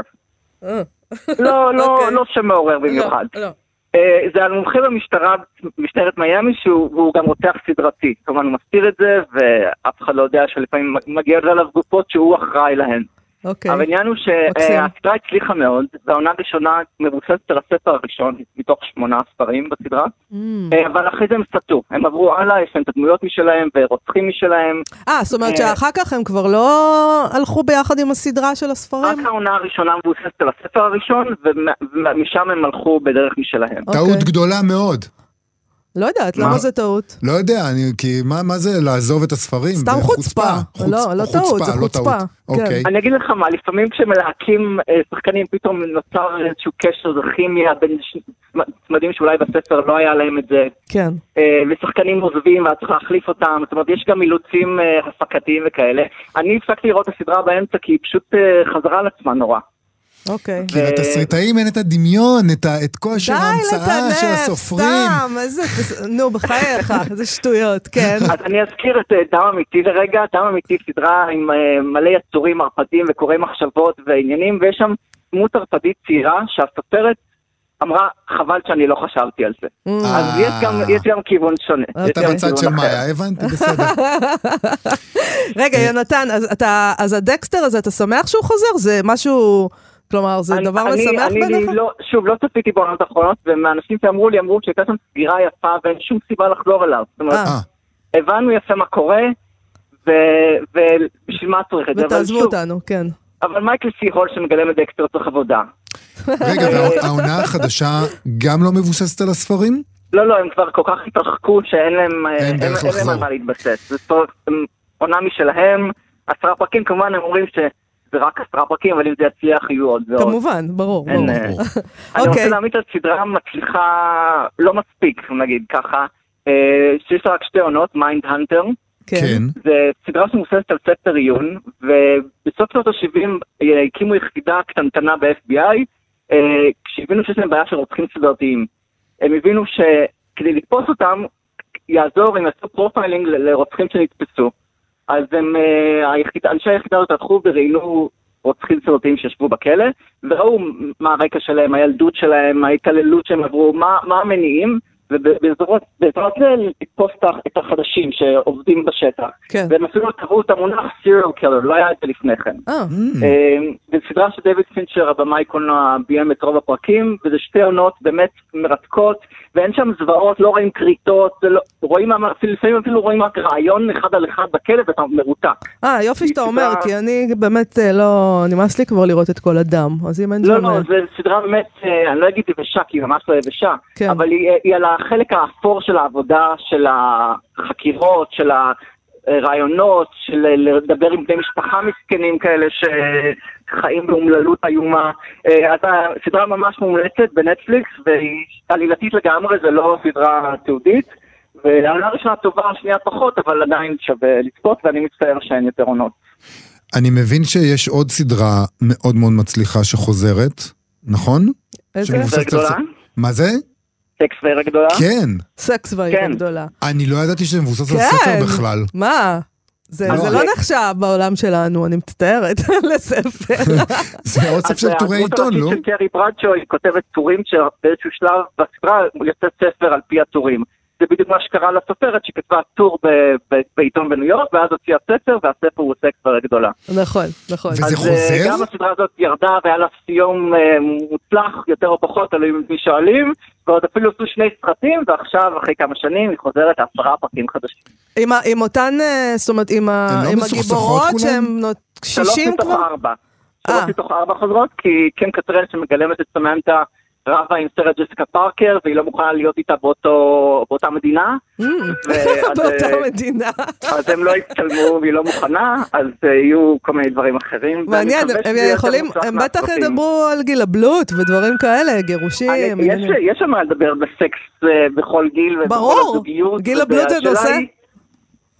לא שם מעורר במיוחד. זה על מומחה במשטרה, משטרת מיאמי, שהוא גם רוצח סדרתי. כלומר, הוא מסתיר את זה, ואף אחד לא יודע שלפעמים מגיע עליו גופות שהוא אחראי להן. אבל העניין הוא שהסדרה הצליחה מאוד, והעונה הראשונה מבוססת על הספר הראשון, מתוך 8 ספרים בסדרה, אבל אחרי זה הם סטו, הם עברו הלאה, יש להם את הדמויות משלהם, ורוצחים משלהם. זאת אומרת שאחר כך הם כבר לא הלכו ביחד עם הסדרה של הספרים? רק העונה הראשונה מבוססת על הספר הראשון, ומשם הם הלכו בדרך משלהם. טעות גדולה מאוד. לא יודעת, למה זה טעות? לא יודע, כי מה זה לעזוב את הספרים? סתם חוצפה. לא טעות, זה חוצפה. אני אגיד לך מה, לפעמים כשמלהקים שחקנים פתאום נוצר איזשהו קשר, זה כימיה בין צמדים שאולי בספר לא היה להם את זה. כן. ושחקנים עוזבים ואת צריך להחליף אותם, זאת אומרת יש גם אילוצים הפקתיים וכאלה. אני הפסקתי לראות את הסדרה באמצע כי היא פשוט חזרה על עצמה נורא. אוקיי. כי לתסריטאים אין את הדמיון, את כושר ההמצאה של הסופרים. די סתם, נו בחייך, איזה שטויות, כן. אז אני אזכיר את דם אמיתי לרגע, דם אמיתי סדרה עם מלא יצורים ערפדים וקוראי מחשבות ועניינים, ויש שם דמות ערפדית צעירה שהסופרת אמרה, חבל שאני לא חשבתי על זה. אז יש גם כיוון שונה. אתה בצד של מאיה, הבנתי, בסדר. רגע, יונתן, אז הדקסטר הזה, אתה שמח שהוא חוזר? זה משהו... כלומר, זה דבר משמח בדרך? שוב, לא צפיתי בעונות האחרונות, ומאנשים שאמרו לי, אמרו שהייתה שם סגירה יפה, ואין שום סיבה לחזור אליו. זאת אומרת, הבנו יפה מה קורה, ובשביל מה צריך את זה. ותעזבו אותנו, כן. אבל מייקל סי הול שמגלם את דקסטר צריך עבודה. רגע, והעונה החדשה גם לא מבוססת על הספרים? לא, הם כבר כל כך התרחקו שאין להם על מה להתבסס. זו עונה משלהם, 10 פרקים, כמובן הם אומרים זה רק 10 פרקים, אבל אם זה יצליח יהיו עוד ועוד. כמובן, ברור. אני רוצה להעמיד על סדרה מצליחה לא מספיק, נגיד ככה, שיש לה רק 2 עונות, מיינד הנטר. כן. זה סדרה שמבוססת על ספר עיון, ובסוף שנות ה-70 הקימו יחידה קטנטנה ב-FBI, כשהבינו שיש להם בעיה של רוצחים סדרתיים. הם הבינו שכדי לתפוס אותם, יעזור אם יעשו פרופיילינג לרוצחים שנתפסו. אז אנשי היחידה הזאת הלכו וראינו רוצחים סדרתיים שישבו בכלא, וראו מה הרקע שלהם, הילדות שלהם, ההתעללות שהם עברו, מה המניעים, ובעזרת זה לתפוס את החדשים שעובדים בשטח. והם אפילו קראו את המונח serial killer, לא היה את זה לפני כן. בסדרה של דיוויד פינצ'ר, הבמאי קולנוע ביים את רוב הפרקים, וזה 2 עונות באמת מרתקות, ואין שם זוועות, לא רואים קריטות, רואים לפעמים אפילו רואים רק רעיון אחד על אחד בכלא ואתה מרותק. יופי שאתה אומר, כי אני באמת לא, נמאס לי כבר לראות את כל הדם, אז אם אין שם... לא, זה סדרה באמת, אני לא אגיד יבשה, כי היא ממש לא יבשה, אבל היא על החלק האפור של העבודה, של החקירות, של הרעיונות, של לדבר עם בני משפחה מסכנים כאלה שחיים באומללות איומה. אז הסדרה ממש מומלצת בנטפליקס, והיא עלילתית לגמרי, זה לא סדרה תיעודית, והעונה הראשונה טובה, השנייה פחות, אבל עדיין שווה לצפות, ואני מצטער שאין יותר עונות. אני מבין שיש עוד סדרה מאוד מאוד מצליחה שחוזרת, נכון? איזה? מה זה? סקס והעיר הגדולה? כן. סקס והעיר הגדולה. אני לא ידעתי שזה מבוסס על ספר בכלל. מה? זה לא נחשב בעולם שלנו, אני מצטערת לספר. זה עוד ספר של טורי עיתון, לא? של קרי ברדשו, היא כותבת טורים שבאיזשהו שלב בספרה יוצא ספר על פי הטורים. זה בדיוק מה שקרה לסופרת, שכתבה טור בעיתון בניו יורק, ואז הוציאה ספר, והספר הוא סקס והעיר הגדולה. נכון. וזה חוזר? גם הסדרה הזאת ירדה, והיה לה סיום מוצלח, יותר או פחות, עלו מי שואלים, ועוד אפילו עשו 2 סרטים, ועכשיו, אחרי כמה שנים, היא חוזרת 10 פרקים חדשים. עם אותן, זאת אומרת, עם הגיבורות שהן 60 כבר? 3 מתוך 4 חוזרות, כי קם קטרל שמגלמת את סמנטה, רבה עם סרט ג'סיקה פארקר, והיא לא מוכנה להיות איתה באותה מדינה. באותה מדינה. אז הם לא יצטלמו והיא לא מוכנה, אז יהיו כל מיני דברים אחרים. מעניין, הם יכולים, הם בטח ידברו על גיל הבלוט ודברים כאלה, גירושים. יש שם מה לדבר בסקס בכל גיל, ברור, גיל הבלוט זה נושא.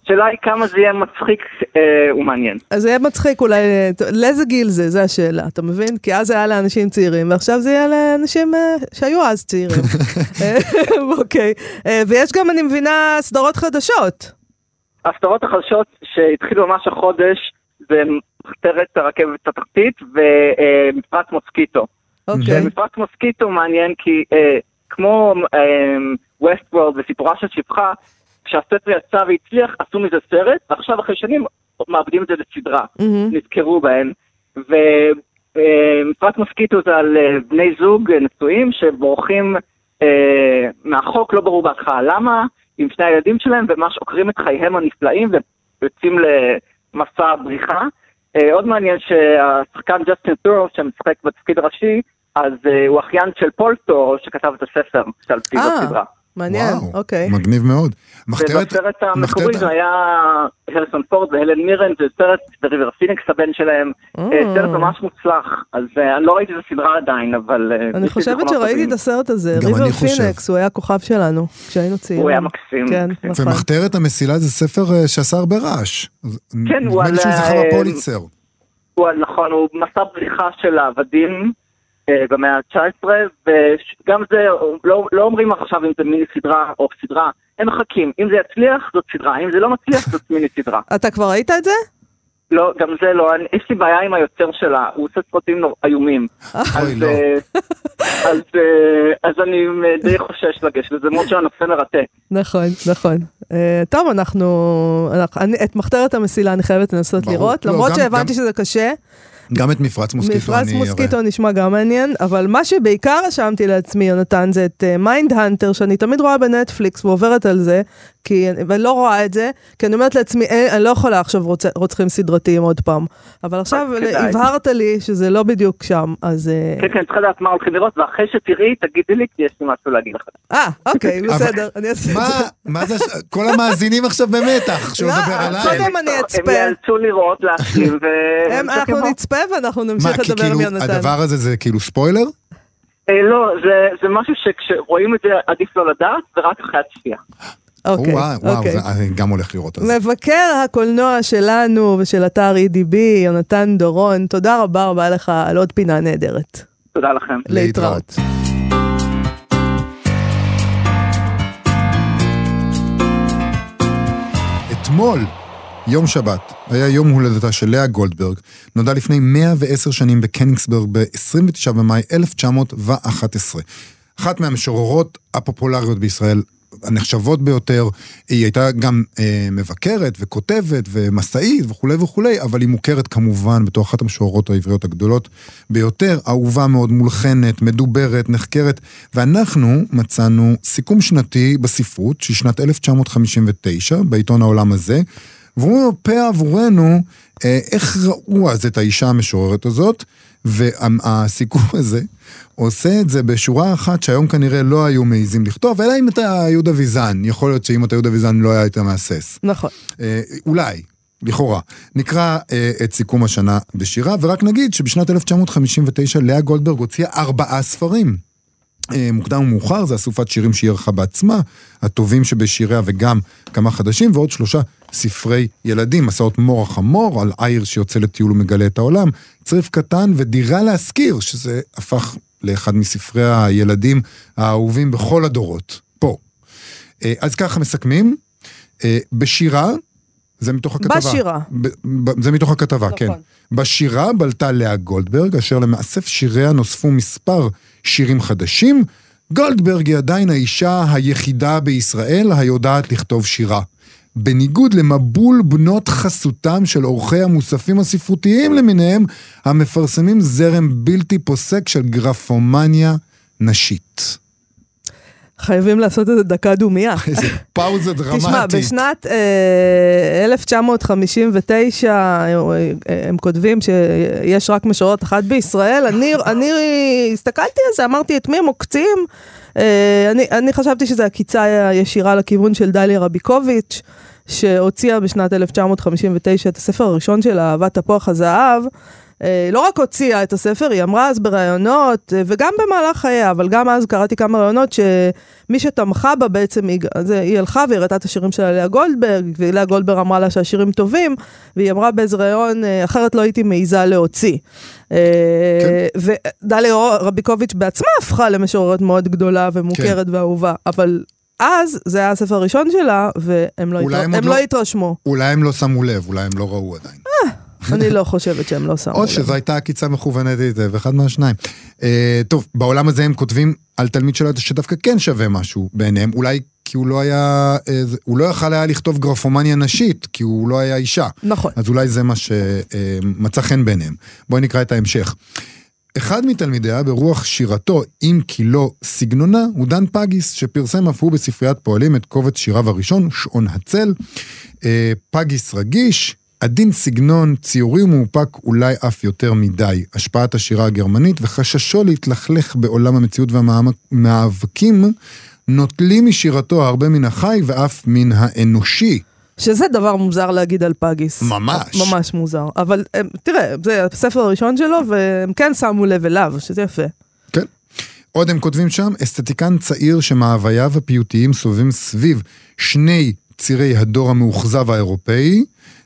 השאלה היא כמה זה יהיה מצחיק ומעניין. אז זה יהיה מצחיק אולי, לאיזה גיל זה? זה השאלה, אתה מבין? כי אז זה היה לאנשים צעירים, ועכשיו זה יהיה לאנשים שהיו אז צעירים. אוקיי. ויש גם, אני מבינה, סדרות חדשות. הסדרות החדשות שהתחילו ממש החודש, זה מחתרת הרכבת התחתית ומפרץ מוסקיטו. אוקיי. מפרץ מוסקיטו מעניין כי כמו ווסטוורלד וסיפורה של שפחה, כשהספר יצא והצליח, עשו מזה סרט, ועכשיו אחרי שנים מאבדים את זה לסדרה, נזכרו בהן. ומפרץ מוסקיטו זה על בני זוג נשואים שבורחים מהחוק, לא ברור בהתחלה למה, עם שני הילדים שלהם, וממש עוקרים את חייהם הנפלאים ויוצאים למסע בריחה. עוד מעניין שהשחקן ג'סטין ת'רו, שמשחק בתפקיד הראשי, אז הוא אחיין של פול ת'רו, שכתב את הספר שעל פי בסדרה. מעניין, אוקיי. מגניב מאוד. ובסרט המקורי זה היה הריסון פורד והלן מירן, זה סרט בריבר פיניקס הבן שלהם, סרט ממש מוצלח, אז אני לא ראיתי את הסדרה עדיין, אבל... אני חושבת שראיתי את הסרט הזה, ריבר פיניקס, הוא היה כוכב שלנו, כשהיינו צעירים. הוא היה מקסים. ומחתרת המסילה זה ספר שעשה הרבה רעש. כן, הוא על... נדמה לי שהוא זכה בפוליצר. נכון, הוא מסע בריחה של העבדים, במאה ה-19, וגם זה, לא אומרים עכשיו אם זה מיני סדרה או סדרה, הם מחכים, אם זה יצליח זאת סדרה, אם זה לא מצליח זאת מיני סדרה. אתה כבר ראית את זה? לא, גם זה לא, יש לי בעיה עם היוצר שלה, הוא עושה סרטים איומים. אז אני די חושש לגש, וזה מאוד שהנושא מרתק. נכון. טוב, את מחתרת המסילה אני חייבת לנסות לראות, למרות שהבנתי שזה קשה. גם את מפרץ מוסקיטו. מפרץ מוסקיטו נשמע גם מעניין, אבל מה שבעיקר רשמתי לעצמי, יונתן, זה את מיינד הנטר, שאני תמיד רואה בנטפליקס ועוברת על זה, ואני לא רואה את זה, כי אני אומרת לעצמי, אני לא יכולה עכשיו רוצחים סדרתיים עוד פעם. אבל עכשיו הבהרת לי שזה לא בדיוק שם, אז... כן, צריכה לדעת מה הולכים לראות, ואחרי שתראי, תגידי לי, כי יש לי משהו להגיד לך. אוקיי, בסדר, אני אעשה את זה. מה זה, כל המאזינים עכשיו במתח, שהוא מדבר עליי. קודם אני אצפה. הם יאלצו לראות, להשלים, אנחנו נצפה ואנחנו נמשיך לדבר עם יונתן. הדבר הזה זה כאילו ספוילר? לא, זה משהו שכשרואים את זה עדיף לא לדעת, ורק אחרי הצפייה. וואו, אני גם הולך לראות את זה. מבקר הקולנוע שלנו ושל אתר EDB, יונתן דורון, תודה רבה לך על עוד פינה נהדרת. תודה לכם. להתראות. אתמול, יום שבת, היה יום הולדתה של לאה גולדברג, נולדה לפני 110 שנים בקניגסברג ב-29 במאי 1911. אחת מהמשוררות הפופולריות בישראל, הנחשבות ביותר, היא הייתה גם מבקרת וכותבת ומסעית וכו' וכו', אבל היא מוכרת כמובן בתור אחת המשוררות העבריות הגדולות ביותר, אהובה מאוד, מולחנת, מדוברת, נחקרת, ואנחנו מצאנו סיכום שנתי בספרות, שהיא שנת 1959, בעיתון העולם הזה, והוא מפה עבורנו איך ראו אז את האישה המשוררת הזאת, והסיכום הזה עושה את זה בשורה אחת שהיום כנראה לא היו מעיזים לכתוב, אלא אם אתה יהודה ויזן, יכול להיות שאם אתה יהודה ויזן לא היה יותר מהסס. נכון. אולי, לכאורה. נקרא את סיכום השנה בשירה, ורק נגיד שבשנת 1959 לאה גולדברג הוציאה 4 ספרים. מוקדם ומאוחר, זה אסופת שירים שהיא ערכה בעצמה, הטובים שבשיריה וגם כמה חדשים, ועוד 3 ספרי ילדים, מסעות מור החמור, על עיר שיוצא לטיול ומגלה את העולם, צריף קטן ודירה להזכיר, שזה הפך לאחד מספרי הילדים האהובים בכל הדורות, פה. אז ככה מסכמים, בשירה, זה מתוך הכתבה. בשירה. זה מתוך הכתבה, נכון. כן. בשירה בלטה לאה גולדברג, אשר למאסף שיריה נוספו מספר שירים חדשים, גולדברג היא עדיין האישה היחידה בישראל היודעת לכתוב שירה. בניגוד למבול בנות חסותם של עורכי המוספים הספרותיים למיניהם, המפרסמים זרם בלתי פוסק של גרפומניה נשית. חייבים לעשות את זה דקה דומיה. איזה פאוזה דרמטית. תשמע, בשנת 1959 הם כותבים שיש רק משוררת אחת בישראל. אני הסתכלתי על זה, אמרתי את מי הם עוקצים. אני חשבתי שזה הקיצה הישירה לכיוון של דליה רביקוביץ', שהוציאה בשנת 1959 את הספר הראשון של אהבת תפוח הזהב, לא רק הוציאה את הספר, היא אמרה אז בראיונות, וגם במהלך חייה, אבל גם אז קראתי כמה ראיונות שמי שתמכה בה בעצם, היא הלכה והראתה את השירים של לאה גולדברג, ולאה גולדברג אמרה לה שהשירים טובים, והיא אמרה באיזה ראיון, אחרת לא הייתי מעיזה להוציא. ודליה רביקוביץ' בעצמה הפכה למשוררת מאוד גדולה ומוכרת ואהובה, אבל אז זה היה הספר הראשון שלה, והם לא התרשמו. אולי הם לא שמו לב, אולי הם לא ראו עדיין. אני לא חושבת שהם לא שמו לב. או שזו הייתה עקיצה מכוונת היטב, אחד מהשניים. טוב, בעולם הזה הם כותבים על תלמיד שלו שדווקא כן שווה משהו ביניהם, אולי כי הוא לא יכל היה לכתוב גרפומניה נשית, כי הוא לא היה אישה. נכון. אז אולי זה מה שמצא חן ביניהם. בואי נקרא את ההמשך. אחד מתלמידיה ברוח שירתו, אם כי לא סגנונה, הוא דן פגיס, שפרסם אף הוא בספריית פועלים את קובץ שיריו הראשון, שעון הצל. פגיס רגיש, עדין סגנון, ציורי ומאופק אולי אף יותר מדי, השפעת השירה הגרמנית וחששו להתלכלך בעולם המציאות והמאבקים, נוטלים משירתו הרבה מן החי ואף מן האנושי. שזה דבר מוזר להגיד על פגיס. ממש. ממש מוזר. אבל תראה, זה הספר הראשון שלו, והם כן שמו לב אליו, שזה יפה. כן. עוד הם כותבים שם, אסתטיקן צעיר שמהווייו הפיוטיים סובבים סביב שני צירי הדור המאוחזב האירופאי,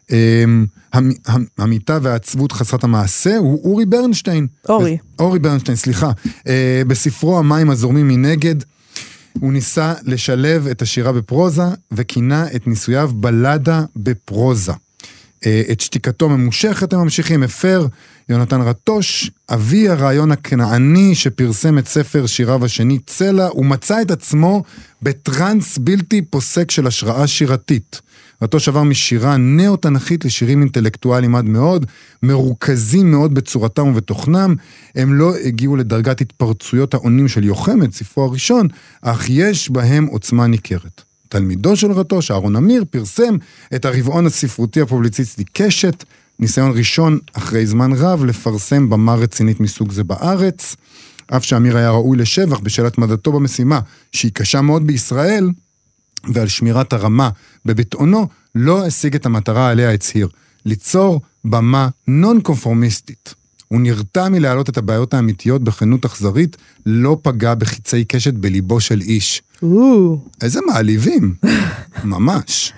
המיטה והעצבות חסרת המעשה, הוא אורי ברנשטיין. אורי ברנשטיין, סליחה. בספרו המים הזורמים מנגד, הוא ניסה לשלב את השירה בפרוזה, וכינה את ניסוייו בלדה בפרוזה. את שתיקתו ממושכת הם ממשיכים, אפר, יונתן רטוש, אבי הרעיון הכנעני שפרסם את ספר שיריו השני צלע, הוא מצא את עצמו בטרנס בלתי פוסק של השראה שירתית. רטוש עבר משירה נאו-תנכית לשירים אינטלקטואליים עד מאוד, מרוכזים מאוד בצורתם ובתוכנם, הם לא הגיעו לדרגת התפרצויות העונים של יוחמד, ספרו הראשון, אך יש בהם עוצמה ניכרת. תלמידו של רטוש, אהרון אמיר, פרסם את הרבעון הספרותי הפובליציסטי קשת, ניסיון ראשון אחרי זמן רב לפרסם במה רצינית מסוג זה בארץ, אף שאמיר היה ראוי לשבח בשל התמדתו במשימה, שהיא קשה מאוד בישראל, ועל שמירת הרמה בביטאונו, לא השיג את המטרה עליה הצהיר, ליצור במה נון-קונפורמיסטית. הוא נרתע מלהעלות את הבעיות האמיתיות בכנות אכזרית, לא פגע בחיצי קשת בליבו של איש. איזה מעליבים, ממש.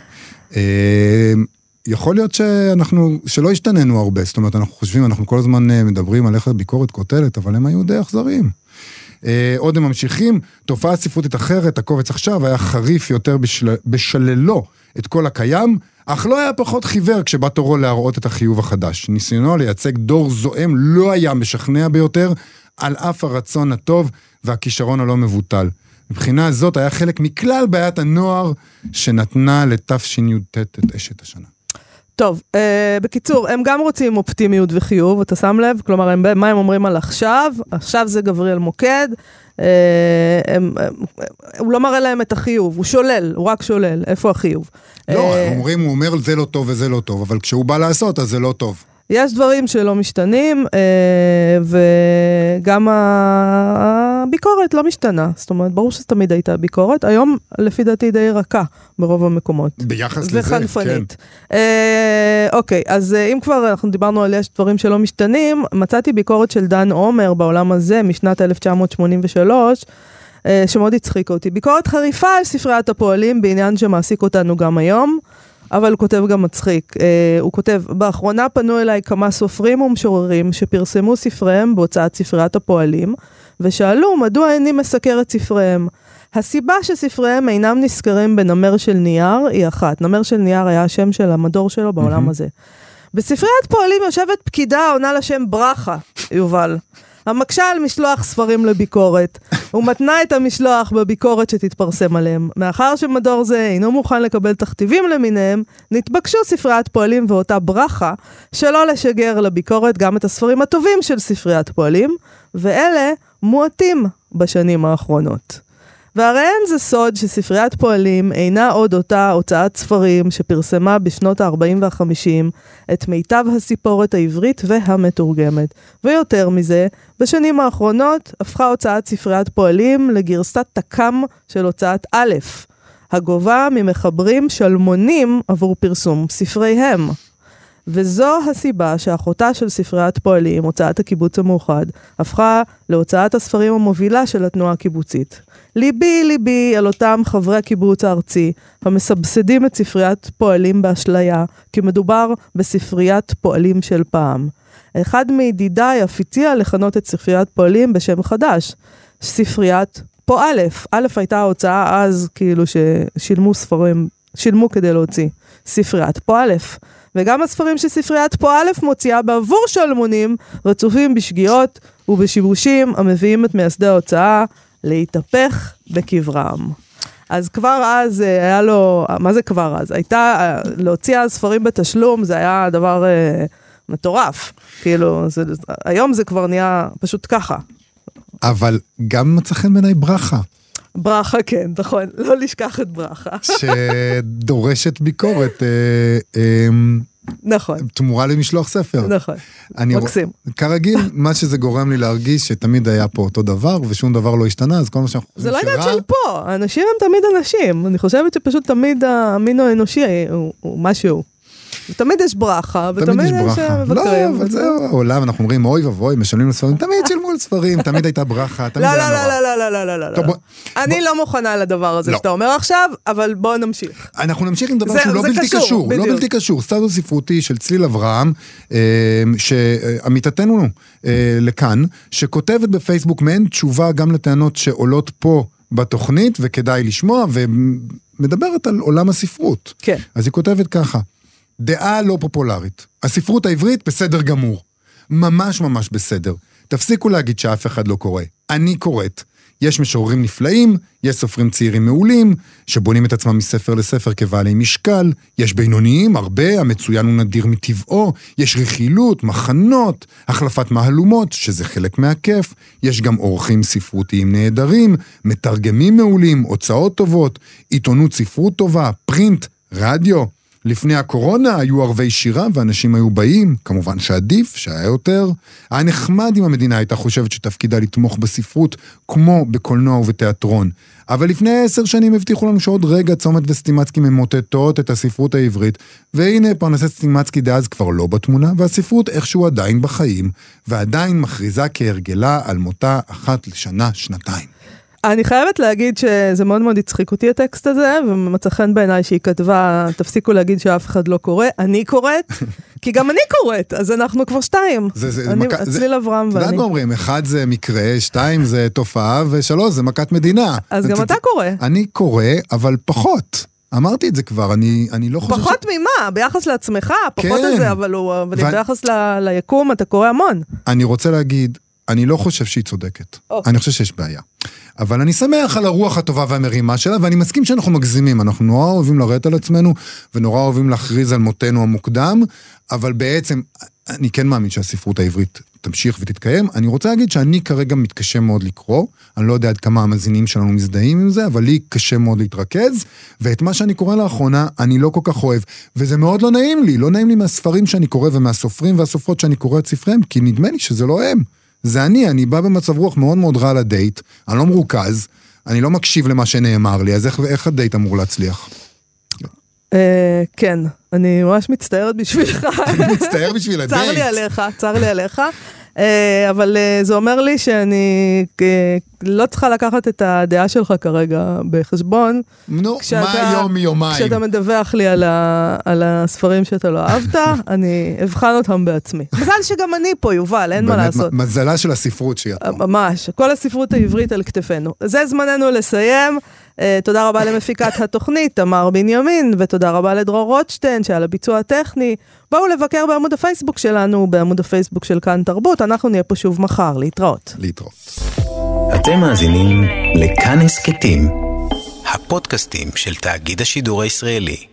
יכול להיות שלא השתננו הרבה, זאת אומרת, אנחנו חושבים, אנחנו כל הזמן מדברים על איך הביקורת כותלת, אבל הם היו די אכזריים. עוד הם ממשיכים, תופעה ספרותית אחרת, הקובץ עכשיו היה חריף יותר בשללו את כל הקיים, אך לא היה פחות חיוור כשבא תורו להראות את החיוב החדש. ניסיונו לייצג דור זועם לא היה משכנע ביותר, על אף הרצון הטוב והכישרון הלא מבוטל. מבחינה הזאת היה חלק מכלל בעיית הנוער שנתנה לתשי"ט את אשת השנה. טוב, בקיצור, הם גם רוצים אופטימיות וחיוב, אתה שם לב? כלומר, מה הם אומרים על עכשיו? עכשיו זה גבריאל מוקד, הוא לא מראה להם את החיוב, הוא שולל, הוא רק שולל, איפה החיוב? לא, הם אומרים, הוא אומר זה לא טוב וזה לא טוב, אבל כשהוא בא לעשות, אז זה לא טוב. יש דברים שלא משתנים, וגם הביקורת לא משתנה. זאת אומרת, ברור שתמיד הייתה ביקורת. היום, לפי דעתי, די רכה ברוב המקומות. ביחס לזה, וחנפנית. כן. אוקיי, אז אם כבר אנחנו דיברנו על יש דברים שלא משתנים, מצאתי ביקורת של דן עומר בעולם הזה, משנת 1983, שמאוד הצחיק אותי. ביקורת חריפה על ספריית הפועלים, בעניין שמעסיק אותנו גם היום, אבל הוא כותב גם מצחיק. הוא כותב, באחרונה פנו אליי כמה סופרים ומשוררים שפרסמו ספריהם בהוצאת ספריית הפועלים, ושאלו מדוע איני מסקר את ספריהם. הסיבה שספריהם אינם נזכרים בנמר של נייר היא אחת. נמר של נייר היה השם של המדור שלו בעולם הזה. בספריית פועלים יושבת פקידה עונה לשם ברכה, יובל. המקשה על משלוח ספרים לביקורת, הוא מתנה את המשלוח בביקורת שתתפרסם עליהם. מאחר שמדור זה אינו מוכן לקבל תכתיבים למיניהם, נתבקשו ספריית פועלים ואותה ברכה, שלא לשגר לביקורת גם את הספרים הטובים של ספריית פועלים, ואלה מועטים בשנים האחרונות. והרי אין זה סוד שספריית פועלים אינה עוד אותה הוצאת ספרים שפרסמה בשנות ה-40 וה-50 את מיטב הסיפורת העברית והמתורגמת. ויותר מזה, בשנים האחרונות הפכה הוצאת ספריית פועלים לגרסת תקם של הוצאת א', הגובה ממחברים שלמונים עבור פרסום ספריהם. וזו הסיבה שאחותה של ספריית פועלים, הוצאת הקיבוץ המאוחד, הפכה להוצאת הספרים המובילה של התנועה הקיבוצית. ליבי על אותם חברי הקיבוץ הארצי, המסבסדים את ספריית פועלים באשליה, כי מדובר בספריית פועלים של פעם. אחד מידידיי אף הציע לכנות את ספריית פועלים בשם חדש, ספריית פועלף. א' הייתה ההוצאה אז, כאילו ששילמו ספרים, שילמו כדי להוציא. ספריית פועלף. וגם הספרים שספריית פועלף מוציאה בעבור שלמונים, רצופים בשגיאות ובשיבושים המביאים את מייסדי ההוצאה להתהפך בקברם. אז כבר אז היה לו, מה זה כבר אז? הייתה, להוציא ספרים בתשלום, זה היה דבר מטורף. כאילו, היום זה כבר נהיה פשוט ככה. אבל גם מצא חן בעיניי ברכה. ברכה, כן, נכון. לא לשכח את ברכה. שדורשת ביקורת. נכון. תמורה למשלוח ספר. נכון. מקסים. כרגיל, מה שזה גורם לי להרגיש שתמיד היה פה אותו דבר, ושום דבר לא השתנה, אז כל מה שאנחנו חושבים שרע... זה לא עניין של פה, האנשים הם תמיד אנשים. אני חושבת שפשוט תמיד המין האנושי הוא משהו. ותמיד יש ברכה, ותמיד יש מבקרים. לא, אבל זהו, העולם, אנחנו אומרים, אוי ובוי, משלמים לספרים, תמיד שילמו לספרים, תמיד הייתה ברכה, תמיד היה נורא. לא. אני לא מוכנה לדבר הזה שאתה אומר עכשיו, אבל בואו נמשיך. אנחנו נמשיך עם דבר שהוא לא בלתי קשור, לא בלתי קשור, סטטוס ספרותי של צליל אברהם, שעמיתתנו לכאן, שכותבת בפייסבוק מעין תשובה גם לטענות שעולות פה בתוכנית, וכדאי לשמוע, ומדברת על עולם הספרות. כן. אז היא כותבת ככה, דעה לא פופולרית. הספרות העברית בסדר גמור. ממש ממש בסדר. תפסיקו להגיד שאף אחד לא קורא. אני קוראת. יש משוררים נפלאים, יש סופרים צעירים מעולים, שבונים את עצמם מספר לספר כבעלי משקל, יש בינוניים, הרבה, המצוין הוא נדיר מטבעו, יש רכילות, מחנות, החלפת מהלומות, שזה חלק מהכיף, יש גם אורחים ספרותיים נהדרים, מתרגמים מעולים, הוצאות טובות, עיתונות ספרות טובה, פרינט, רדיו. לפני הקורונה היו ערבי שירה ואנשים היו באים, כמובן שעדיף, שהיה יותר. היה נחמד אם המדינה הייתה חושבת שתפקידה לתמוך בספרות, כמו בקולנוע ובתיאטרון. אבל לפני 10 שנים הבטיחו לנו שעוד רגע צומת וסטימצקי ממוטטות את הספרות העברית, והנה פרנסת סטימצקי דאז כבר לא בתמונה, והספרות איכשהו עדיין בחיים, ועדיין מכריזה כהרגלה על מותה אחת לשנה, שנתיים. אני חייבת להגיד שזה מאוד מאוד הצחיק אותי הטקסט הזה, ומצא חן בעיניי שהיא כתבה, תפסיקו להגיד שאף אחד לא קורא, אני קוראת, כי גם אני קוראת, אז אנחנו כבר 2. צליל אברהם ואני. יודעת מה אומרים, 1 זה מקרה, 2 זה תופעה, ו3 זה מכת מדינה. אז גם אתה קורא. אני קורא, אבל פחות. אמרתי את זה כבר, אני לא חושב... פחות ממה? ביחס לעצמך, פחות הזה, אבל ביחס ליקום אתה קורא המון. אני רוצה להגיד, אני לא חושב שהיא צודקת. אני חושב שיש בעיה. אבל אני שמח על הרוח הטובה והמרימה שלה, ואני מסכים שאנחנו מגזימים. אנחנו נורא אוהבים לראות על עצמנו, ונורא אוהבים להכריז על מותנו המוקדם, אבל בעצם אני כן מאמין שהספרות העברית תמשיך ותתקיים. אני רוצה להגיד שאני כרגע מתקשה מאוד לקרוא, אני לא יודע עד כמה המאזינים שלנו מזדהים עם זה, אבל לי קשה מאוד להתרכז, ואת מה שאני קורא לאחרונה אני לא כל כך אוהב, וזה מאוד לא נעים לי, לא נעים לי מהספרים שאני קורא, ומהסופרים והסופרות שאני קורא את ספריהם, כי נדמה לי שזה לא הם. זה אני בא במצב רוח מאוד מאוד רע לדייט, אני לא מרוכז, אני לא מקשיב למה שנאמר לי, אז איך הדייט אמור להצליח? כן, אני ממש מצטערת בשבילך. אני מצטער בשביל הדייט. צר לי עליך. אבל זה אומר לי שאני לא צריכה לקחת את הדעה שלך כרגע בחשבון. נו, מה יום מיומיים? כשאתה מדווח לי על הספרים שאתה לא אהבת, אני אבחן אותם בעצמי. מזל שגם אני פה, יובל, אין מה לעשות. מזלה של הספרות שהיא פה. ממש, כל הספרות העברית על כתפינו. זה זמננו לסיים. תודה רבה למפיקת התוכנית, תמר בנימין, ותודה רבה לדרור רוטשטיין, שעל הביצוע הטכני. בואו לבקר בעמוד הפייסבוק שלנו, בעמוד הפייסבוק של כאן תרבות, אנחנו נהיה פה שוב מחר, להתראות. אתם מאזינים לכאן הסכתים, הפודקאסטים של תאגיד השידור הישראלי.